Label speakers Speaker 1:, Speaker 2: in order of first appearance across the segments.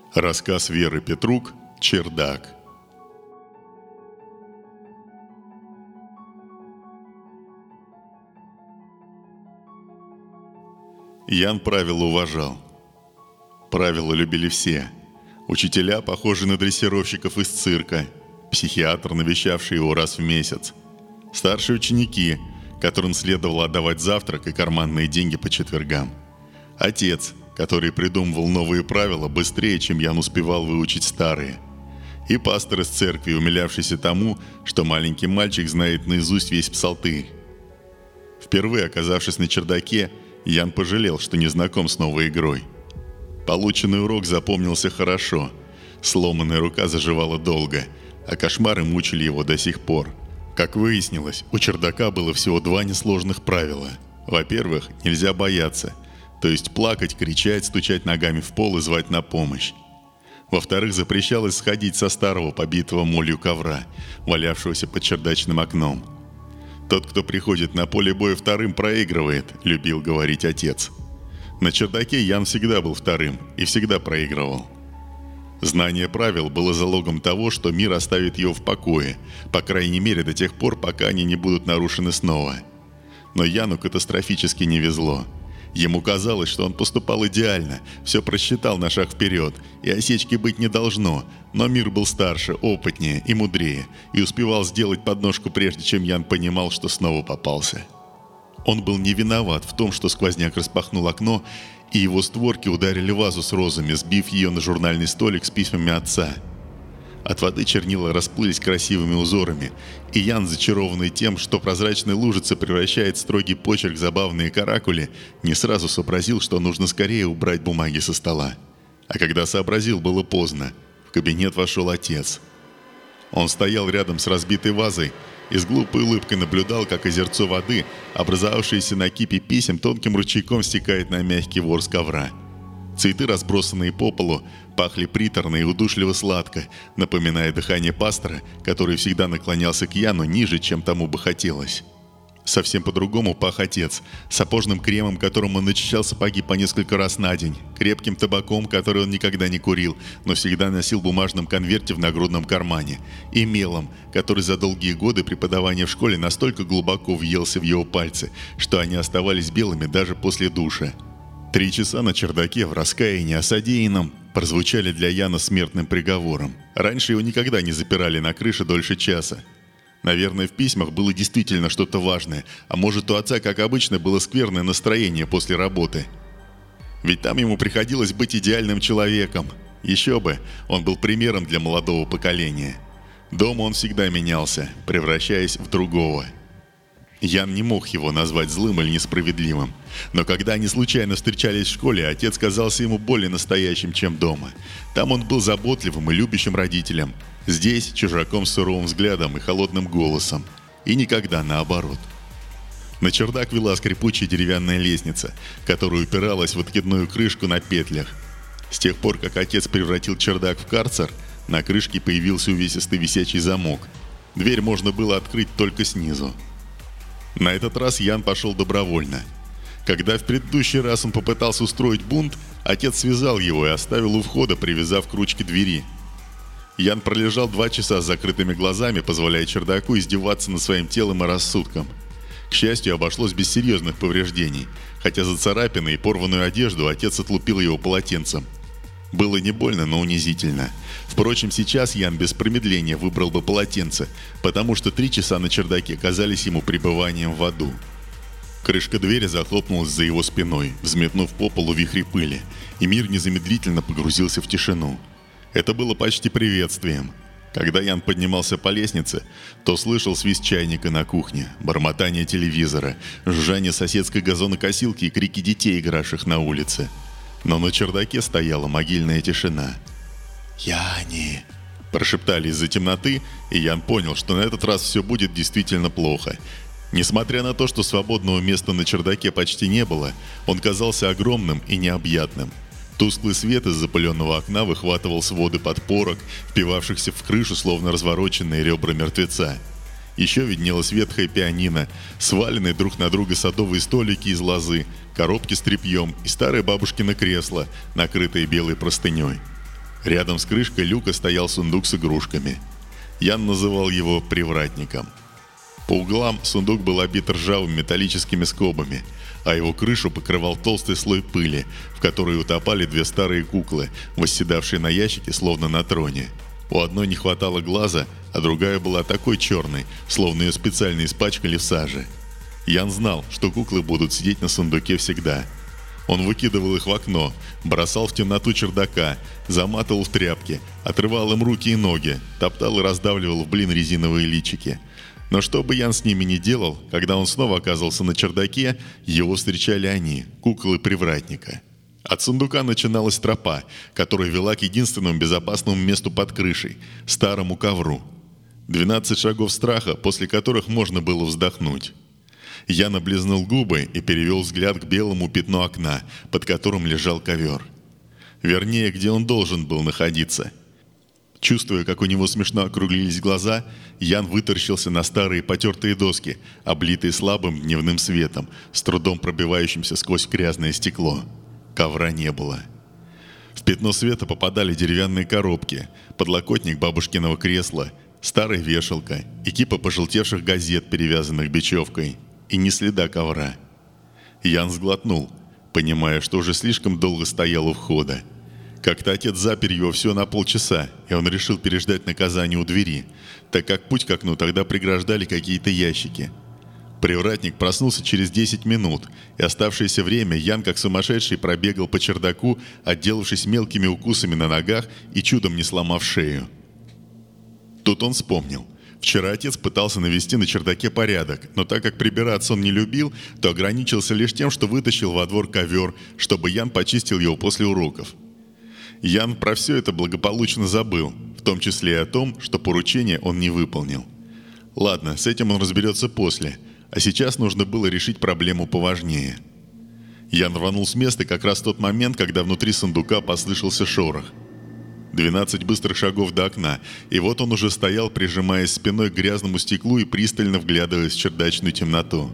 Speaker 1: Рассказ Веры Петрук «Чердак». Ян правила уважал. Правила любили все. Учителя, похожие на дрессировщиков из цирка, психиатр, навещавший его раз в месяц, старшие ученики, которым следовало отдавать завтрак и карманные деньги по четвергам, отец, который придумывал новые правила быстрее, чем Ян успевал выучить старые, и пастор из церкви, умилявшийся тому, что маленький мальчик знает наизусть весь псалтырь. Впервые оказавшись на чердаке, Ян пожалел, что не знаком с новой игрой. Полученный урок запомнился хорошо, сломанная рука заживала долго, а кошмары мучили его до сих пор. Как выяснилось, у чердака было всего два несложных правила. Во-первых, нельзя бояться, то есть плакать, кричать, стучать ногами в пол и звать на помощь. Во-вторых, запрещалось сходить со старого побитого молью ковра, валявшегося под чердачным окном. «Тот, кто приходит на поле боя вторым, проигрывает», — любил говорить отец. На чердаке Ян всегда был вторым и всегда проигрывал. Знание правил было залогом того, что мир оставит его в покое, по крайней мере до тех пор, пока они не будут нарушены снова. Но Яну катастрофически не везло. Ему казалось, что он поступал идеально, все просчитал на шаг вперед, и осечки быть не должно, но мир был старше, опытнее и мудрее, и успевал сделать подножку прежде, чем Ян понимал, что снова попался. Он был не виноват в том, что сквозняк распахнул окно, и его створки ударили вазу с розами, сбив ее на журнальный столик с письмами отца. От воды чернила расплылись красивыми узорами, и Ян, зачарованный тем, что прозрачная лужица превращает в строгий почерк забавные каракули, не сразу сообразил, что нужно скорее убрать бумаги со стола. А когда сообразил, было поздно. В кабинет вошел отец. Он стоял рядом с разбитой вазой и с глупой улыбкой наблюдал, как озерцо воды, образовавшееся на кипе писем, тонким ручейком стекает на мягкий ворс ковра. Цветы, разбросанные по полу, пахли приторно и удушливо сладко, напоминая дыхание пастора, который всегда наклонялся к Яну ниже, чем тому бы хотелось. Совсем по-другому пах отец, сапожным кремом, которым он начищал сапоги по несколько раз на день, крепким табаком, который он никогда не курил, но всегда носил в бумажном конверте в нагрудном кармане, и мелом, который за долгие годы преподавания в школе настолько глубоко въелся в его пальцы, что они оставались белыми даже после душа. 3 часа на чердаке в раскаянии о содеянном прозвучали для Яна смертным приговором. Раньше его никогда не запирали на крыше дольше часа. Наверное, в письмах было действительно что-то важное, а может, у отца, как обычно, было скверное настроение после работы. Ведь там ему приходилось быть идеальным человеком. Еще бы, он был примером для молодого поколения. Дома он всегда менялся, превращаясь в другого. Ян не мог его назвать злым или несправедливым. Но когда они случайно встречались в школе, отец казался ему более настоящим, чем дома. Там он был заботливым и любящим родителем. Здесь – чужаком с суровым взглядом и холодным голосом. И никогда наоборот. На чердак вела скрипучая деревянная лестница, которая упиралась в откидную крышку на петлях. С тех пор, как отец превратил чердак в карцер, на крышке появился увесистый висячий замок. Дверь можно было открыть только снизу. На этот раз Ян пошел добровольно. Когда в предыдущий раз он попытался устроить бунт, отец связал его и оставил у входа, привязав к ручке двери. Ян пролежал 2 часа с закрытыми глазами, позволяя чердаку издеваться над своим телом и рассудком. К счастью, обошлось без серьезных повреждений, хотя за царапины и порванную одежду отец отлупил его полотенцем. Было не больно, но унизительно. Впрочем, сейчас Ян без промедления выбрал бы полотенце, потому что 3 часа на чердаке казались ему пребыванием в аду. Крышка двери захлопнулась за его спиной, взметнув по полу вихри пыли, и мир незамедлительно погрузился в тишину. Это было почти приветствием. Когда Ян поднимался по лестнице, то слышал свист чайника на кухне, бормотание телевизора, жужжание соседской газонокосилки и крики детей, игравших на улице. Но на чердаке стояла могильная тишина. «Яни!» – прошептали из-за темноты, и Ян понял, что на этот раз все будет действительно плохо. Несмотря на то, что свободного места на чердаке почти не было, он казался огромным и необъятным. Тусклый свет из запыленного окна выхватывал своды подпорок, впивавшихся в крышу, словно развороченные ребра мертвеца. Еще виднелась ветхая пианино, сваленные друг на друга садовые столики из лозы, коробки с тряпьем и старое бабушкино кресло, накрытое белой простыней. Рядом с крышкой люка стоял сундук с игрушками. Ян называл его «привратником». По углам сундук был обит ржавыми металлическими скобами, а его крышу покрывал толстый слой пыли, в которой утопали две старые куклы, восседавшие на ящике, словно на троне. У одной не хватало глаза, а другая была такой черной, словно ее специально испачкали в саже. Ян знал, что куклы будут сидеть на сундуке всегда. Он выкидывал их в окно, бросал в темноту чердака, заматывал в тряпки, отрывал им руки и ноги, топтал и раздавливал в блин резиновые личики. Но что бы Ян с ними ни делал, когда он снова оказывался на чердаке, его встречали они, куклы привратника. От сундука начиналась тропа, которая вела к единственному безопасному месту под крышей – старому ковру. 12 шагов страха, после которых можно было вздохнуть. Ян облизнул губы и перевел взгляд к белому пятну окна, под которым лежал ковер. Вернее, где он должен был находиться. Чувствуя, как у него смешно округлились глаза, Ян вытаращился на старые потертые доски, облитые слабым дневным светом, с трудом пробивающимся сквозь грязное стекло. Ковра не было. В пятно света попадали деревянные коробки, подлокотник бабушкиного кресла, старая вешалка и кипа пожелтевших газет, перевязанных бечевкой, и ни следа ковра. Ян сглотнул, понимая, что уже слишком долго стоял у входа. Как-то отец запер его всего на полчаса, и он решил переждать наказание у двери, так как путь к окну тогда преграждали какие-то ящики. Привратник проснулся через 10 минут, и оставшееся время Ян, как сумасшедший, пробегал по чердаку, отделавшись мелкими укусами на ногах и чудом не сломав шею. Тут он вспомнил. Вчера отец пытался навести на чердаке порядок, но так как прибираться он не любил, то ограничился лишь тем, что вытащил во двор ковер, чтобы Ян почистил его после уроков. Ян про все это благополучно забыл, в том числе и о том, что поручение он не выполнил. Ладно, с этим он разберется после, а сейчас нужно было решить проблему поважнее. Ян рванул с места как раз в тот момент, когда внутри сундука послышался шорох. 12 быстрых шагов до окна, и вот он уже стоял, прижимаясь спиной к грязному стеклу и пристально вглядываясь в чердачную темноту.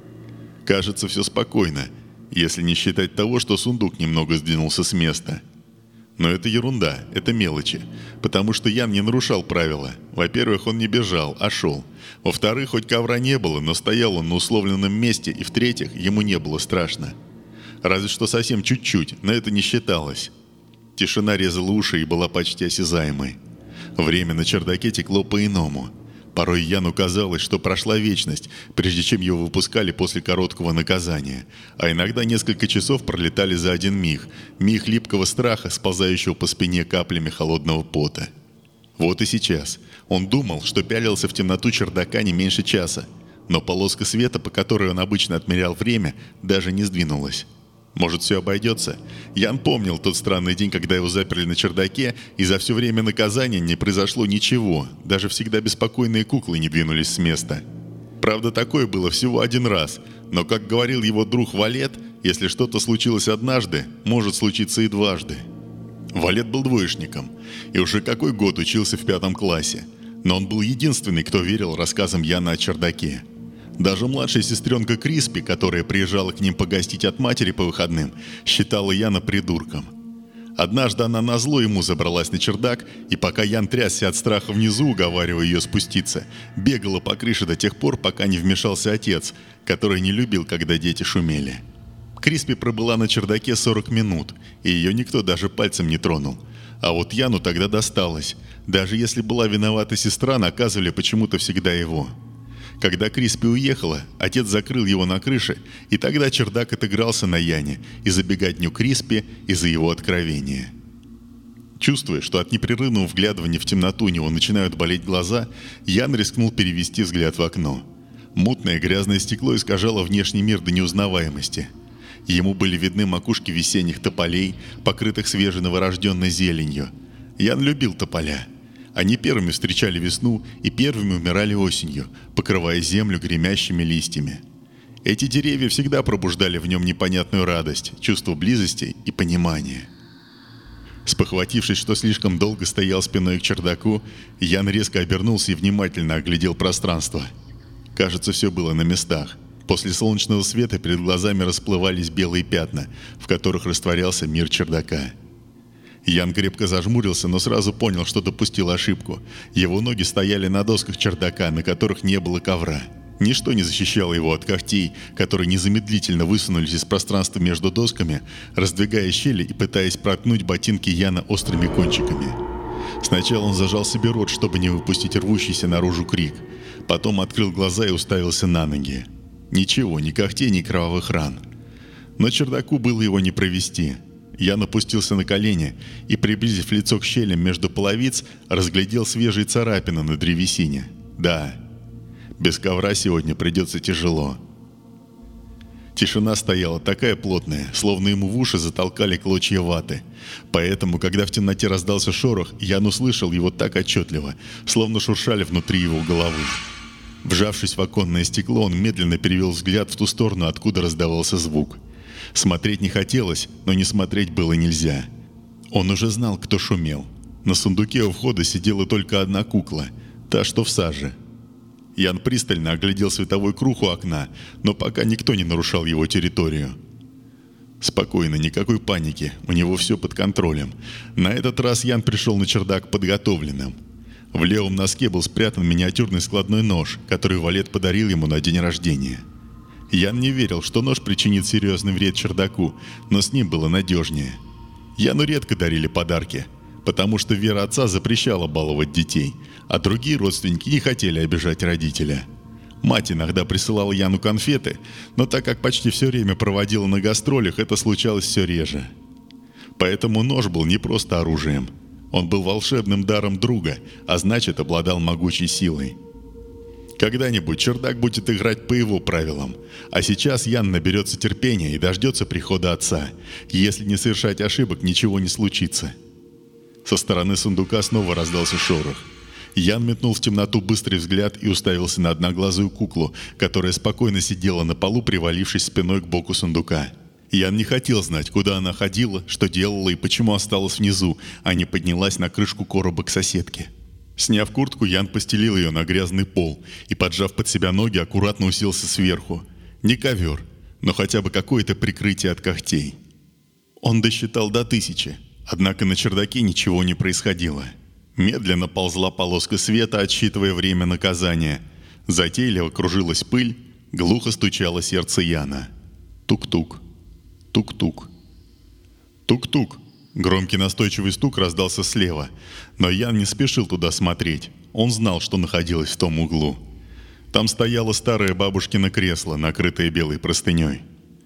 Speaker 1: Кажется, все спокойно, если не считать того, что сундук немного сдвинулся с места. Но это ерунда, это мелочи, потому что Ян не нарушал правила. Во-первых, он не бежал, а шел. Во-вторых, хоть ковра не было, но стоял он на условленном месте, и в-третьих, ему не было страшно. Разве что совсем чуть-чуть, но это не считалось. Тишина резала уши и была почти осязаемой. Время на чердаке текло по-иному. Порой Яну казалось, что прошла вечность, прежде чем его выпускали после короткого наказания. А иногда несколько часов пролетали за один миг. Миг липкого страха, сползающего по спине каплями холодного пота. Вот и сейчас. Он думал, что пялился в темноту чердака не меньше часа. Но полоска света, по которой он обычно отмерял время, даже не сдвинулась. Может, все обойдется? Ян помнил тот странный день, когда его заперли на чердаке, и за все время наказания не произошло ничего. Даже всегда беспокойные куклы не двинулись с места. Правда, такое было всего один раз. Но, как говорил его друг Валет, если что-то случилось однажды, может случиться и дважды. Валет был двоечником, и уже какой год учился в 5 классе. Но он был единственный, кто верил рассказам Яна о чердаке. Даже младшая сестренка Криспи, которая приезжала к ним погостить от матери по выходным, считала Яна придурком. Однажды она назло ему забралась на чердак, и пока Ян трясся от страха внизу, уговаривая ее спуститься, бегала по крыше до тех пор, пока не вмешался отец, который не любил, когда дети шумели. Криспи пробыла на чердаке 40 минут, и ее никто даже пальцем не тронул. А вот Яну тогда досталось. Даже если была виновата сестра, наказывали почему-то всегда его. Когда Криспи уехала, отец закрыл его на крыше, и тогда чердак отыгрался на Яне из-за беготню Криспи, из-за его откровения. Чувствуя, что от непрерывного вглядывания в темноту у него начинают болеть глаза, Ян рискнул перевести взгляд в окно. Мутное грязное стекло искажало внешний мир до неузнаваемости. Ему были видны макушки весенних тополей, покрытых свежей новорожденной зеленью. Ян любил тополя. Они первыми встречали весну и первыми умирали осенью, покрывая землю гремящими листьями. Эти деревья всегда пробуждали в нем непонятную радость, чувство близости и понимания. Спохватившись, что слишком долго стоял спиной к чердаку, Ян резко обернулся и внимательно оглядел пространство. Кажется, все было на местах. После солнечного света перед глазами расплывались белые пятна, в которых растворялся мир чердака. Ян крепко зажмурился, но сразу понял, что допустил ошибку. Его ноги стояли на досках чердака, на которых не было ковра. Ничто не защищало его от когтей, которые незамедлительно высунулись из пространства между досками, раздвигая щели и пытаясь проткнуть ботинки Яна острыми кончиками. Сначала он зажал себе рот, чтобы не выпустить рвущийся наружу крик. Потом открыл глаза и уставился на ноги. Ничего, ни когтей, ни кровавых ран. Но чердаку было его не провести. Ян опустился на колени и, приблизив лицо к щелям между половиц, разглядел свежие царапины на древесине. Да, без ковра сегодня придется тяжело. Тишина стояла такая плотная, словно ему в уши затолкали клочья ваты. Поэтому, когда в темноте раздался шорох, Ян услышал его так отчетливо, словно шуршали внутри его головы. Вжавшись в оконное стекло, он медленно перевел взгляд в ту сторону, откуда раздавался звук. Смотреть не хотелось, но не смотреть было нельзя. Он уже знал, кто шумел. На сундуке у входа сидела только одна кукла, та, что в саже. Ян пристально оглядел световой круг у окна, но пока никто не нарушал его территорию. Спокойно, никакой паники, у него все под контролем. На этот раз Ян пришел на чердак подготовленным. В левом носке был спрятан миниатюрный складной нож, который Валет подарил ему на день рождения. Ян не верил, что нож причинит серьезный вред чердаку, но с ним было надежнее. Яну редко дарили подарки, потому что вера отца запрещала баловать детей, а другие родственники не хотели обижать родителя. Мать иногда присылала Яну конфеты, но так как почти все время проводила на гастролях, это случалось все реже. Поэтому нож был не просто оружием. Он был волшебным даром друга, а значит, обладал могучей силой. Когда-нибудь чердак будет играть по его правилам, а сейчас Ян наберется терпения и дождется прихода отца. Если не совершать ошибок, ничего не случится. Со стороны сундука снова раздался шорох. Ян метнул в темноту быстрый взгляд и уставился на одноглазую куклу, которая спокойно сидела на полу, привалившись спиной к боку сундука. Ян не хотел знать, куда она ходила, что делала и почему осталась внизу, а не поднялась на крышку короба к соседке. Сняв куртку, Ян постелил ее на грязный пол и, поджав под себя ноги, аккуратно уселся сверху. Не ковер, но хотя бы какое-то прикрытие от когтей. Он досчитал до 1000, однако на чердаке ничего не происходило. Медленно ползла полоска света, отсчитывая время наказания. Затейливо кружилась пыль, глухо стучало сердце Яна. Тук-тук, тук-тук, тук-тук. Громкий настойчивый стук раздался слева, но Ян не спешил туда смотреть. Он знал, что находилось в том углу. Там стояло старое бабушкино кресло, накрытое белой простыней.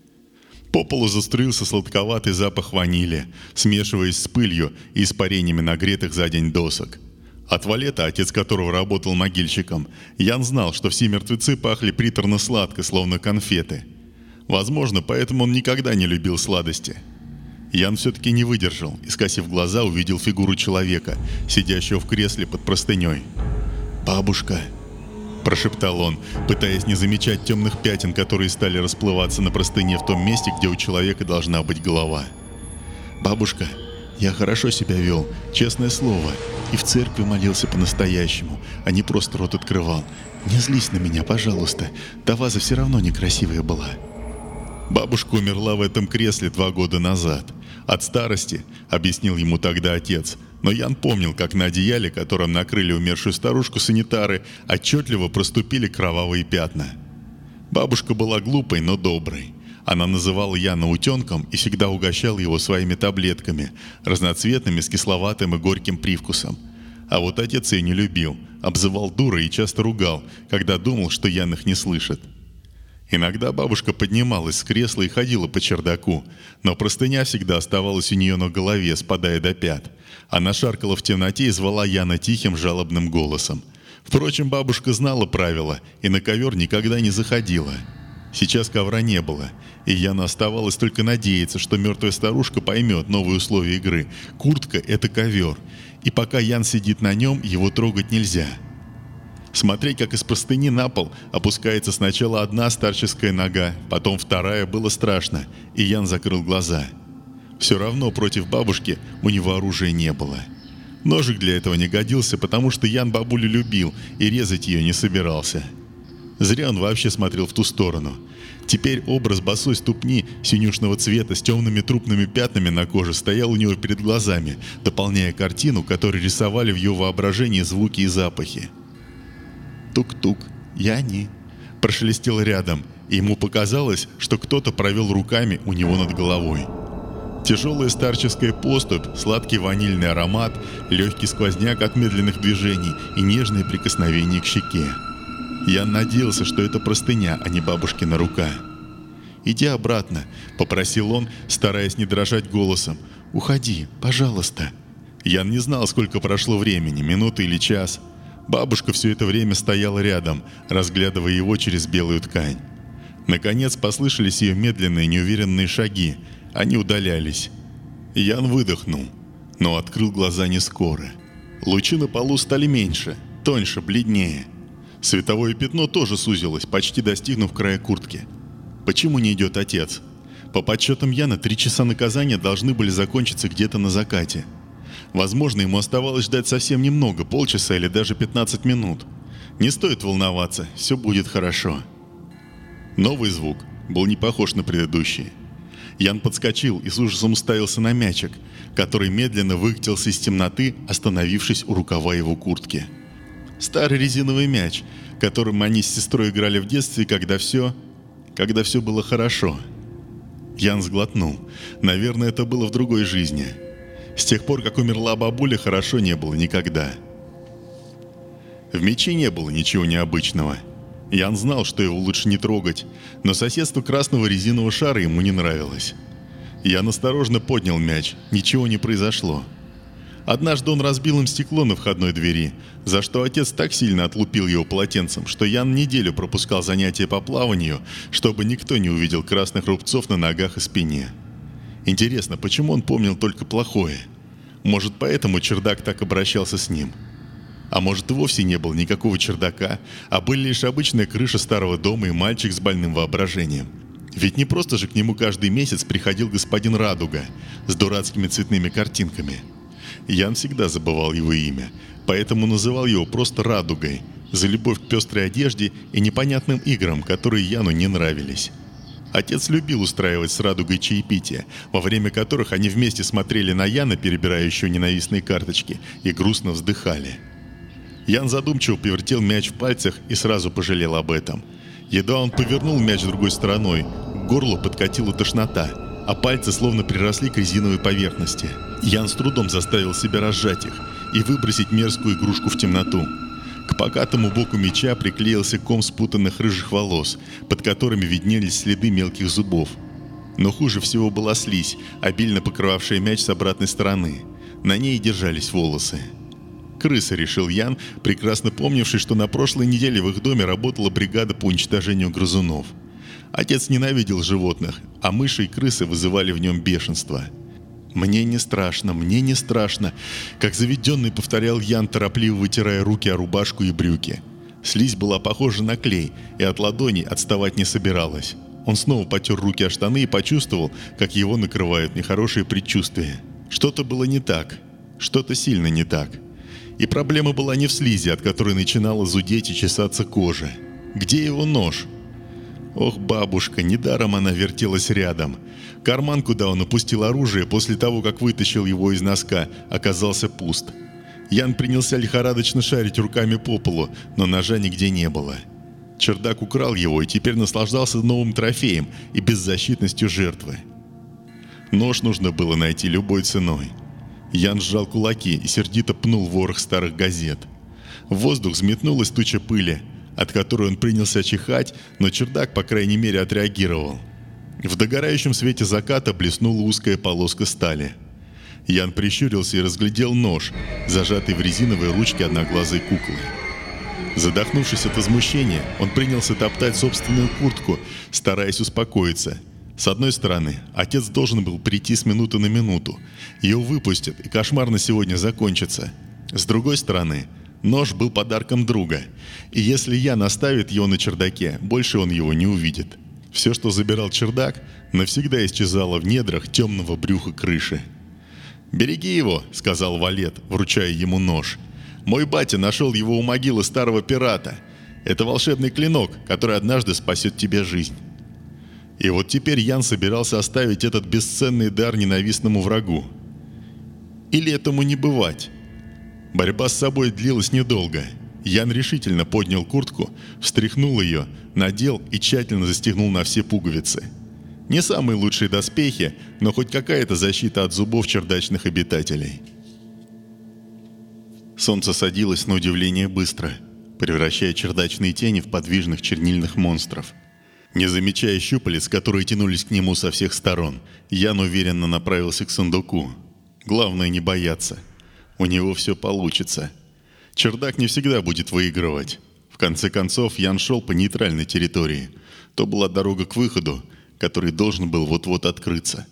Speaker 1: По полу заструился сладковатый запах ванили, смешиваясь с пылью и испарениями нагретых за день досок. От Валета, отец которого работал могильщиком, Ян знал, что все мертвецы пахли приторно-сладко, словно конфеты. Возможно, поэтому он никогда не любил сладости. Ян все-таки не выдержал и, скосив глаза, увидел фигуру человека, сидящего в кресле под простыней. «Бабушка!» – прошептал он, пытаясь не замечать темных пятен, которые стали расплываться на простыне в том месте, где у человека должна быть голова. «Бабушка, я хорошо себя вел, честное слово, и в церкви молился по-настоящему, а не просто рот открывал. Не злись на меня, пожалуйста, та ваза все равно некрасивая была». Бабушка умерла в этом кресле 2 года назад. От старости, объяснил ему тогда отец. Но Ян помнил, как на одеяле, которым накрыли умершую старушку санитары, отчетливо проступили кровавые пятна. Бабушка была глупой, но доброй. Она называла Яна утенком и всегда угощала его своими таблетками, разноцветными, с кисловатым и горьким привкусом. А вот отец ее не любил, обзывал дурой и часто ругал, когда думал, что Ян их не слышит. Иногда бабушка поднималась с кресла и ходила по чердаку, но простыня всегда оставалась у нее на голове, спадая до пят. Она шаркала в темноте и звала Яна тихим жалобным голосом. Впрочем, бабушка знала правила и на ковер никогда не заходила. Сейчас ковра не было, и Яну оставалось только надеяться, что мертвая старушка поймет новые условия игры. Куртка – это ковер, и пока Ян сидит на нем, его трогать нельзя. Смотреть, как из простыни на пол опускается сначала одна старческая нога, потом вторая, было страшно, и Ян закрыл глаза. Все равно против бабушки у него оружия не было. Ножик для этого не годился, потому что Ян бабулю любил и резать ее не собирался. Зря он вообще смотрел в ту сторону. Теперь образ босой ступни синюшного цвета с темными трупными пятнами на коже стоял у него перед глазами, дополняя картину, которую рисовали в его воображении звуки и запахи. «Тук-тук, Яни!» прошелестел рядом, и ему показалось, что кто-то провел руками у него над головой. Тяжелая старческая поступь, сладкий ванильный аромат, легкий сквозняк от медленных движений и нежные прикосновения к щеке. Ян надеялся, что это простыня, а не бабушкина рука. «Иди обратно», — попросил он, стараясь не дрожать голосом. «Уходи, пожалуйста». Ян не знал, сколько прошло времени, минуты или час. Бабушка все это время стояла рядом, разглядывая его через белую ткань. Наконец послышались ее медленные, неуверенные шаги. Они удалялись. Ян выдохнул, но открыл глаза не скоро. Лучи на полу стали меньше, тоньше, бледнее. Световое пятно тоже сузилось, почти достигнув края куртки. Почему не идет отец? По подсчетам Яна, 3 часа наказания должны были закончиться где-то на закате. Возможно, ему оставалось ждать совсем немного, полчаса или даже 15 минут. Не стоит волноваться, все будет хорошо. Новый звук был не похож на предыдущий. Ян подскочил и с ужасом уставился на мячик, который медленно выкатился из темноты, остановившись у рукава его куртки. Старый резиновый мяч, которым они с сестрой играли в детстве, когда все было хорошо. Ян сглотнул. Наверное, это было в другой жизни. С тех пор, как умерла бабуля, хорошо не было никогда. В мяче не было ничего необычного. Ян знал, что его лучше не трогать, но соседство красного резинового шара ему не нравилось. Ян осторожно поднял мяч, ничего не произошло. Однажды он разбил им стекло на входной двери, за что отец так сильно отлупил его полотенцем, что Ян неделю пропускал занятия по плаванию, чтобы никто не увидел красных рубцов на ногах и спине. Интересно, почему он помнил только плохое? Может, поэтому чердак так обращался с ним? А может, и вовсе не было никакого чердака, а были лишь обычная крыша старого дома и мальчик с больным воображением. Ведь не просто же к нему каждый месяц приходил господин Радуга с дурацкими цветными картинками. Ян всегда забывал его имя, поэтому называл его просто Радугой, за любовь к пестрой одежде и непонятным играм, которые Яну не нравились. Отец любил устраивать с Радугой чаепития, во время которых они вместе смотрели на Яна, перебирающего ненавистные карточки, и грустно вздыхали. Ян задумчиво повертел мяч в пальцах и сразу пожалел об этом. Едва он повернул мяч другой стороной, к горлу подкатила тошнота, а пальцы словно приросли к резиновой поверхности. Ян с трудом заставил себя разжать их и выбросить мерзкую игрушку в темноту. К покатому боку мяча приклеился ком спутанных рыжих волос, под которыми виднелись следы мелких зубов. Но хуже всего была слизь, обильно покрывавшая мяч с обратной стороны. На ней держались волосы. Крысы, решил Ян, прекрасно помнивший, что на прошлой неделе в их доме работала бригада по уничтожению грызунов. Отец ненавидел животных, а мыши и крысы вызывали в нем бешенство. «Мне не страшно, мне не страшно», как заведенный повторял Ян, торопливо вытирая руки о рубашку и брюки. Слизь была похожа на клей, и от ладоней отставать не собиралась. Он снова потер руки о штаны и почувствовал, как его накрывают нехорошие предчувствия. Что-то было не так, что-то сильно не так. И проблема была не в слизи, от которой начинала зудеть и чесаться кожа. Где его нож? Ох, бабушка, недаром она вертелась рядом. Карман, куда он опустил оружие после того, как вытащил его из носка, оказался пуст. Ян принялся лихорадочно шарить руками по полу, но ножа нигде не было. Чердак украл его и теперь наслаждался новым трофеем и беззащитностью жертвы. Нож нужно было найти любой ценой. Ян сжал кулаки и сердито пнул ворох старых газет. В воздух взметнулась туча пыли, от которой он принялся чихать, но чердак, по крайней мере, отреагировал. В догорающем свете заката блеснула узкая полоска стали. Ян прищурился и разглядел нож, зажатый в резиновой ручке одноглазой куклы. Задохнувшись от возмущения, он принялся топтать собственную куртку, стараясь успокоиться. С одной стороны, отец должен был прийти с минуты на минуту. Ее выпустят, и кошмар на сегодня закончится. С другой стороны, нож был подарком друга, и если Ян оставит его на чердаке, больше он его не увидит. Все, что забирал чердак, навсегда исчезало в недрах темного брюха крыши. «Береги его», — сказал Валет, вручая ему нож. «Мой батя нашел его у могилы старого пирата. Это волшебный клинок, который однажды спасет тебе жизнь». И вот теперь Ян собирался оставить этот бесценный дар ненавистному врагу. Или этому не бывать? Борьба с собой длилась недолго. Ян решительно поднял куртку, встряхнул ее, надел и тщательно застегнул на все пуговицы. Не самые лучшие доспехи, но хоть какая-то защита от зубов чердачных обитателей. Солнце садилось на удивление быстро, превращая чердачные тени в подвижных чернильных монстров. Не замечая щупалец, которые тянулись к нему со всех сторон, Ян уверенно направился к сундуку. Главное не бояться. У него все получится. Чердак не всегда будет выигрывать. В конце концов, Ян шел по нейтральной территории. То была дорога к выходу, который должен был вот-вот открыться.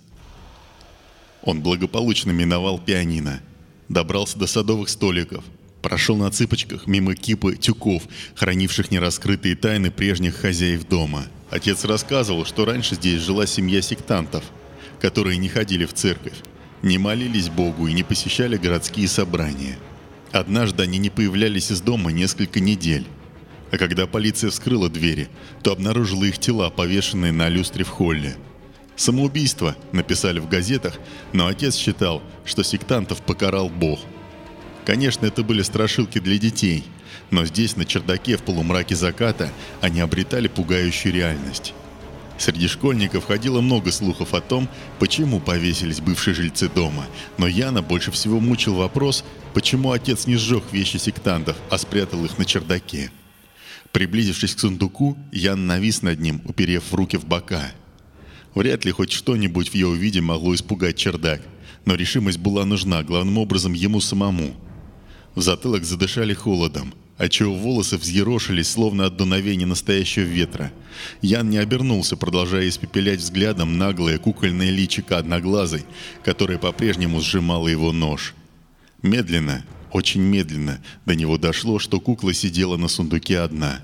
Speaker 1: Он благополучно миновал пианино, добрался до садовых столиков, прошел на цыпочках мимо кипы тюков, хранивших нераскрытые тайны прежних хозяев дома. Отец рассказывал, что раньше здесь жила семья сектантов, которые не ходили в церковь, не молились Богу и не посещали городские собрания. Однажды они не появлялись из дома несколько недель. А когда полиция вскрыла двери, то обнаружила их тела, повешенные на люстре в холле. «Самоубийство», написали в газетах, но отец считал, что сектантов покарал Бог. Конечно, это были страшилки для детей, но здесь, на чердаке, в полумраке заката, они обретали пугающую реальность. Среди школьников ходило много слухов о том, почему повесились бывшие жильцы дома, но Яна больше всего мучил вопрос, почему отец не сжег вещи сектантов, а спрятал их на чердаке. Приблизившись к сундуку, Ян навис над ним, уперев руки в бока. Вряд ли хоть что-нибудь в его виде могло испугать чердак, но решимость была нужна, главным образом, ему самому. В затылок задышали холодом, отчего волосы взъерошились, словно от дуновения настоящего ветра. Ян не обернулся, продолжая испепелять взглядом наглое кукольное личико одноглазой, которое по-прежнему сжимало его нож. Медленно, очень медленно до него дошло, что кукла сидела на сундуке одна.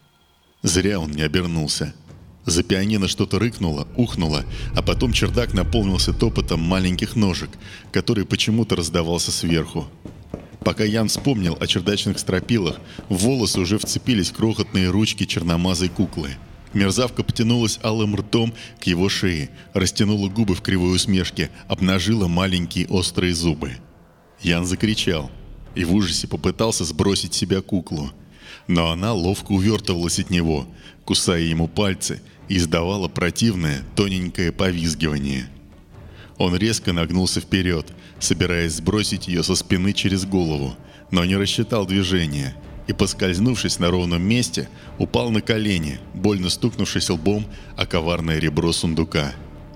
Speaker 1: Зря он не обернулся. За пианино что-то рыкнуло, ухнуло, а потом чердак наполнился топотом маленьких ножек, который почему-то раздавался сверху. Пока Ян вспомнил о чердачных стропилах, в волосы уже вцепились крохотные ручки черномазой куклы. Мерзавка потянулась алым ртом к его шее, растянула губы в кривой усмешке, обнажила маленькие острые зубы. Ян закричал и в ужасе попытался сбросить с себя куклу. Но она ловко увертывалась от него, кусая ему пальцы, и издавала противное, тоненькое повизгивание. Он резко нагнулся вперед, собираясь сбросить ее со спины через голову, но не рассчитал движения и, поскользнувшись на ровном месте, упал на колени, больно стукнувшись лбом о коварное ребро сундука.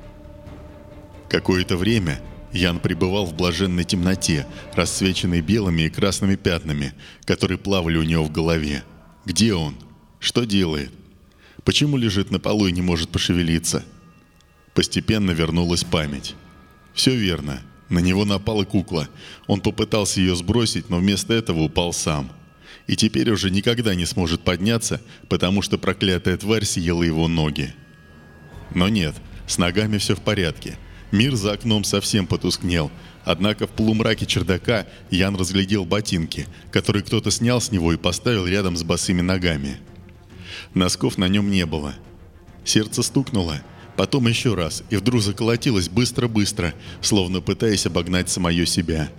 Speaker 1: Какое-то время Ян пребывал в блаженной темноте, расцвеченной белыми и красными пятнами, которые плавали у него в голове. Где он? Что делает? Почему лежит на полу и не может пошевелиться? Постепенно вернулась память. Все верно. На него напала кукла. Он попытался ее сбросить, но вместо этого упал сам. И теперь уже никогда не сможет подняться, потому что проклятая тварь съела его ноги. Но нет, с ногами все в порядке. Мир за окном совсем потускнел. Однако в полумраке чердака Ян разглядел ботинки, которые кто-то снял с него и поставил рядом с босыми ногами. Носков на нем не было. Сердце стукнуло, потом еще раз, и вдруг заколотилось быстро-быстро, словно пытаясь обогнать самое себя.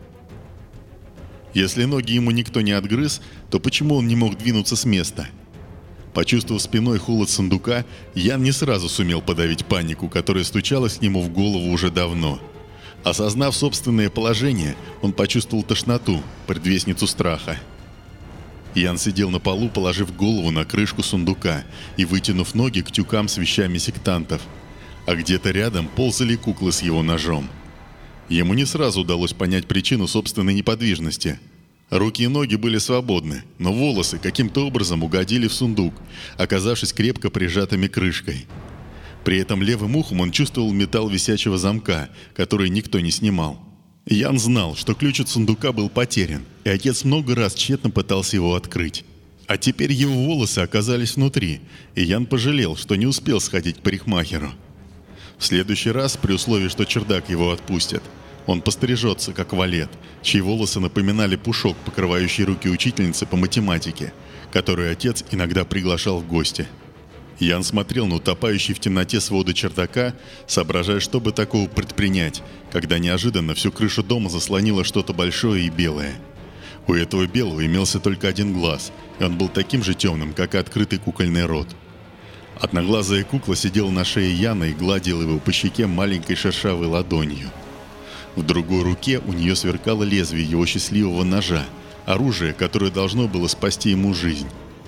Speaker 1: Если ноги ему никто не отгрыз, то почему он не мог двинуться с места? Почувствовав спиной холод сундука, Ян не сразу сумел подавить панику, которая стучалась к нему в голову уже давно. Осознав собственное положение, он почувствовал тошноту, предвестницу страха. Ян сидел на полу, положив голову на крышку сундука и вытянув ноги к тюкам с вещами сектантов. А где-то рядом ползали куклы с его ножом. Ему не сразу удалось понять причину собственной неподвижности. Руки и ноги были свободны, но волосы каким-то образом угодили в сундук, оказавшись крепко прижатыми крышкой. При этом левым ухом он чувствовал металл висячего замка, который никто не снимал. Ян знал, что ключ от сундука был потерян, и отец много раз тщетно пытался его открыть. А теперь его волосы оказались внутри, и Ян пожалел, что не успел сходить к парикмахеру. В следующий раз, при условии, что чердак его отпустит, он пострижется, как валет, чьи волосы напоминали пушок, покрывающий руки учительницы по математике, которую отец иногда приглашал в гости. Ян смотрел на утопающий в темноте своды чердака, соображая, что бы такого предпринять, когда неожиданно всю крышу дома заслонило что-то большое и белое. У этого белого имелся только один глаз, и он был таким же темным, как и открытый кукольный рот. Одноглазая кукла сидела на шее Яна и гладила его по щеке маленькой шершавой ладонью. В другой руке у нее сверкало лезвие его счастливого ножа, оружие, которое должно было спасти ему жизнь.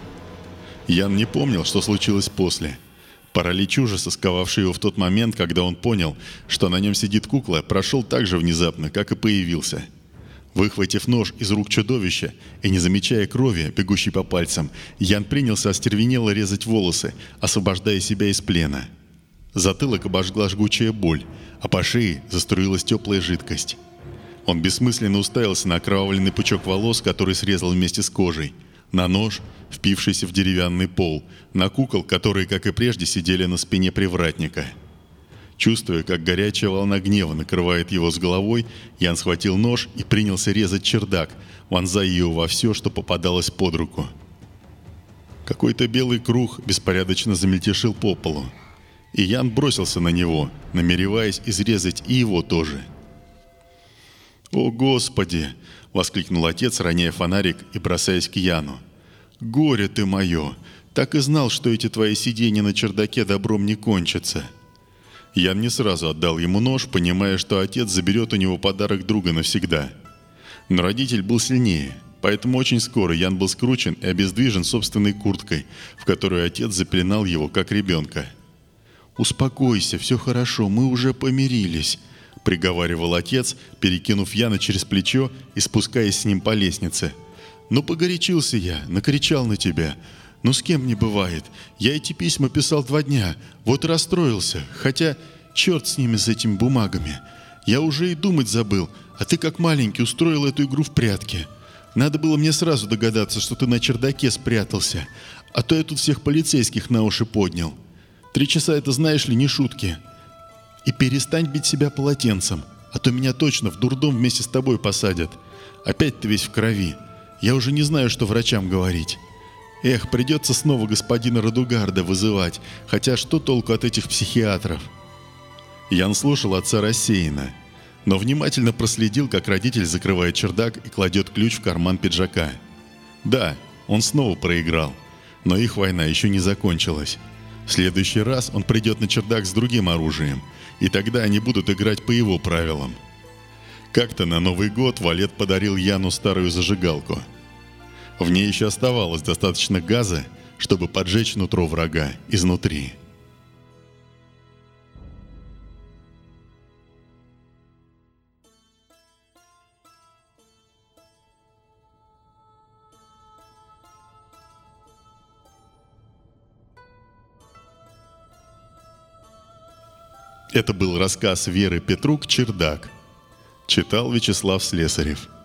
Speaker 1: Ян не помнил, что случилось после. Паралич ужаса, сковавший его в тот момент, когда он понял, что на нем сидит кукла, прошел так же внезапно, как и появился. Выхватив нож из рук чудовища и не замечая крови, бегущей по пальцам, Ян принялся остервенело резать волосы, освобождая себя из плена. Затылок обожгла жгучая боль, а по шее заструилась теплая жидкость. Он бессмысленно уставился на окровавленный пучок волос, который срезал вместе с кожей, на нож, впившийся в деревянный пол, на кукол, которые, как и прежде, сидели на спине привратника. Чувствуя, как горячая волна гнева накрывает его с головой, Ян схватил нож и принялся резать чердак, вонзая его во все, что попадалось под руку. Какой-то белый круг беспорядочно замельтешил по полу, и Ян бросился на него, намереваясь изрезать и его тоже. «О, Господи!» — воскликнул отец, роняя фонарик и бросаясь к Яну. «Горе ты мое! Так и знал, что эти твои сиденья на чердаке добром не кончатся!» Ян не сразу отдал ему нож, понимая, что отец заберет у него подарок друга навсегда. Но родитель был сильнее, поэтому очень скоро Ян был скручен и обездвижен собственной курткой, в которую отец запеленал его, как ребенка. «Успокойся, все хорошо, мы уже помирились», — приговаривал отец, перекинув Яна через плечо и спускаясь с ним по лестнице. «Ну, погорячился я, накричал на тебя. Ну, с кем не бывает. Я эти письма писал 2 дня, вот и расстроился. Хотя, черт с ними, с этими бумагами. Я уже и думать забыл, а ты как маленький устроил эту игру в прятки. Надо было мне сразу догадаться, что ты на чердаке спрятался, а то я тут всех полицейских на уши поднял. 3 часа это, знаешь ли, не шутки. И перестань бить себя полотенцем, а то меня точно в дурдом вместе с тобой посадят. Опять ты весь в крови. Я уже не знаю, что врачам говорить. Эх, придется снова господина Радугарда вызывать, хотя что толку от этих психиатров?» Ян слушал отца рассеянно, но внимательно проследил, как родитель закрывает чердак и кладет ключ в карман пиджака. Да, он снова проиграл, но их война еще не закончилась. В следующий раз он придет на чердак с другим оружием, и тогда они будут играть по его правилам. Как-то на Новый год Валет подарил Яну старую зажигалку. В ней еще оставалось достаточно газа, чтобы поджечь нутро врага изнутри. Это был рассказ Веры Петрук «Чердак». Читал Вячеслав Слесарев.